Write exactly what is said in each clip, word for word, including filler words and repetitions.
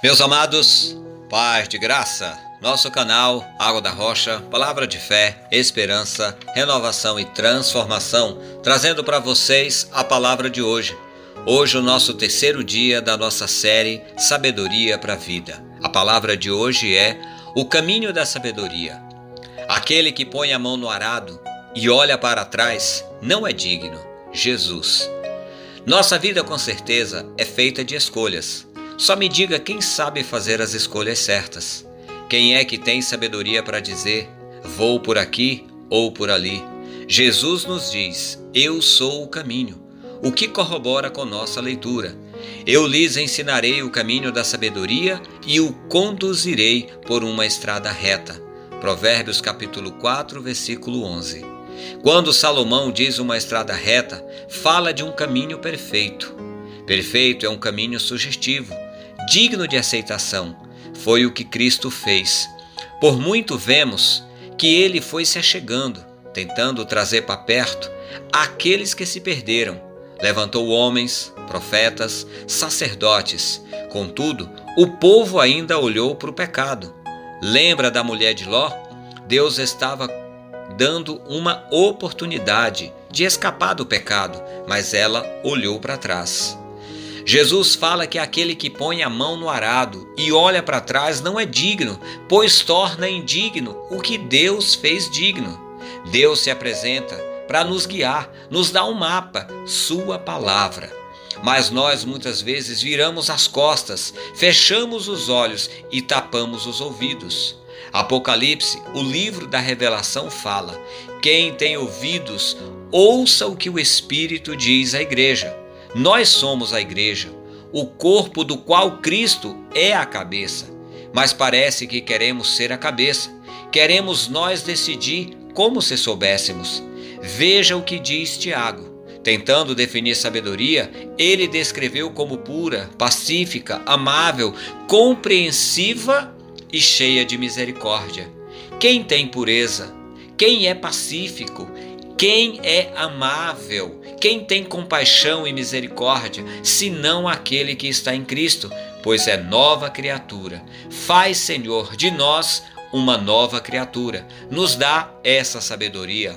Meus amados, paz de graça, nosso canal Água da Rocha, palavra de fé, esperança, renovação e transformação, trazendo para vocês a palavra de hoje. Hoje o nosso terceiro dia da nossa série Sabedoria para a Vida. A palavra de hoje é o caminho da sabedoria. Aquele que põe a mão no arado e olha para trás não é digno. Jesus. Nossa vida com certeza é feita de escolhas. Só me diga quem sabe fazer as escolhas certas. Quem é que tem sabedoria para dizer, vou por aqui ou por ali? Jesus nos diz, eu sou o caminho, o que corrobora com nossa leitura. Eu lhes ensinarei o caminho da sabedoria e o conduzirei por uma estrada reta. Provérbios capítulo quatro, versículo onze. Quando Salomão diz uma estrada reta, fala de um caminho perfeito. Perfeito é um caminho sugestivo, digno de aceitação. Foi o que Cristo fez. Por muito vemos que ele foi se achegando, tentando trazer para perto aqueles que se perderam. Levantou homens, profetas, sacerdotes. Contudo, o povo ainda olhou para o pecado. Lembra da mulher de Ló? Deus estava dando uma oportunidade de escapar do pecado, mas ela olhou para trás. Jesus fala que aquele que põe a mão no arado e olha para trás não é digno, pois torna indigno o que Deus fez digno. Deus se apresenta para nos guiar, nos dá um mapa, sua palavra. Mas nós muitas vezes viramos as costas, fechamos os olhos e tapamos os ouvidos. Apocalipse, o livro da revelação, fala: quem tem ouvidos, ouça o que o Espírito diz à igreja. Nós somos a igreja, o corpo do qual Cristo é a cabeça. Mas parece que queremos ser a cabeça. Queremos nós decidir como se soubéssemos. Veja o que diz Tiago. Tentando definir sabedoria, ele descreveu como pura, pacífica, amável, compreensiva e cheia de misericórdia. Quem tem pureza? Quem é pacífico? Quem é amável? Quem tem compaixão e misericórdia, senão aquele que está em Cristo? Pois é nova criatura. Faz, Senhor, de nós uma nova criatura. Nos dá essa sabedoria.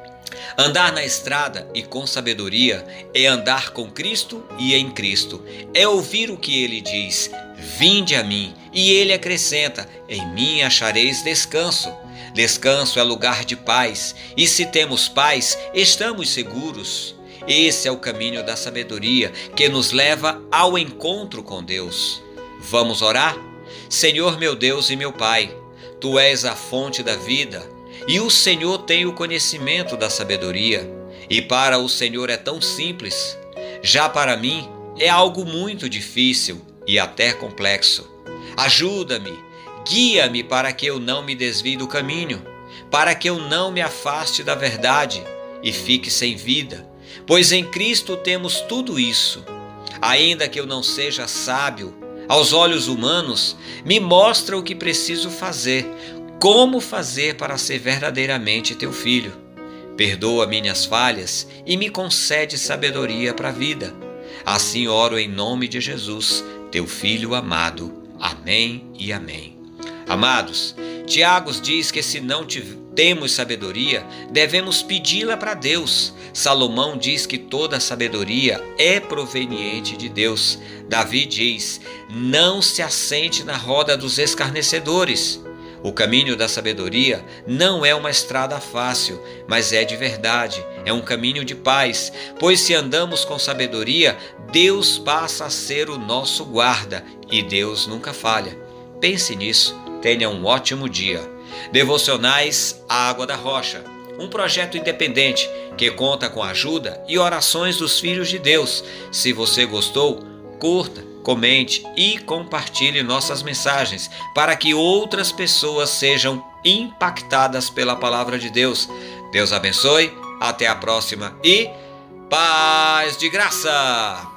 Andar na estrada e com sabedoria é andar com Cristo e em Cristo. É ouvir o que ele diz, vinde a mim, e ele acrescenta, em mim achareis descanso. Descanso é lugar de paz, e se temos paz, estamos seguros. Esse é o caminho da sabedoria que nos leva ao encontro com Deus. Vamos orar? Senhor meu Deus e meu Pai, Tu és a fonte da vida, e o Senhor tem o conhecimento da sabedoria, e para o Senhor é tão simples. Já para mim é algo muito difícil e até complexo. Ajuda-me, guia-me para que eu não me desvie do caminho, para que eu não me afaste da verdade e fique sem vida, pois em Cristo temos tudo isso. Ainda que eu não seja sábio, aos olhos humanos, me mostra o que preciso fazer, como fazer para ser verdadeiramente teu filho. Perdoa minhas falhas e me concede sabedoria para a vida. Assim oro em nome de Jesus, teu Filho amado. Amém e amém. Amados, Tiago diz que se não temos sabedoria, devemos pedi-la para Deus. Salomão diz que toda sabedoria é proveniente de Deus. Davi diz, não se assente na roda dos escarnecedores. O caminho da sabedoria não é uma estrada fácil, mas é de verdade, é um caminho de paz, pois se andamos com sabedoria, Deus passa a ser o nosso guarda e Deus nunca falha. Pense nisso, tenha um ótimo dia. Devocionais Água da Rocha, um projeto independente que conta com a ajuda e orações dos filhos de Deus. Se você gostou, curta, comente e compartilhe nossas mensagens para que outras pessoas sejam impactadas pela palavra de Deus. Deus abençoe, até a próxima e paz de graça!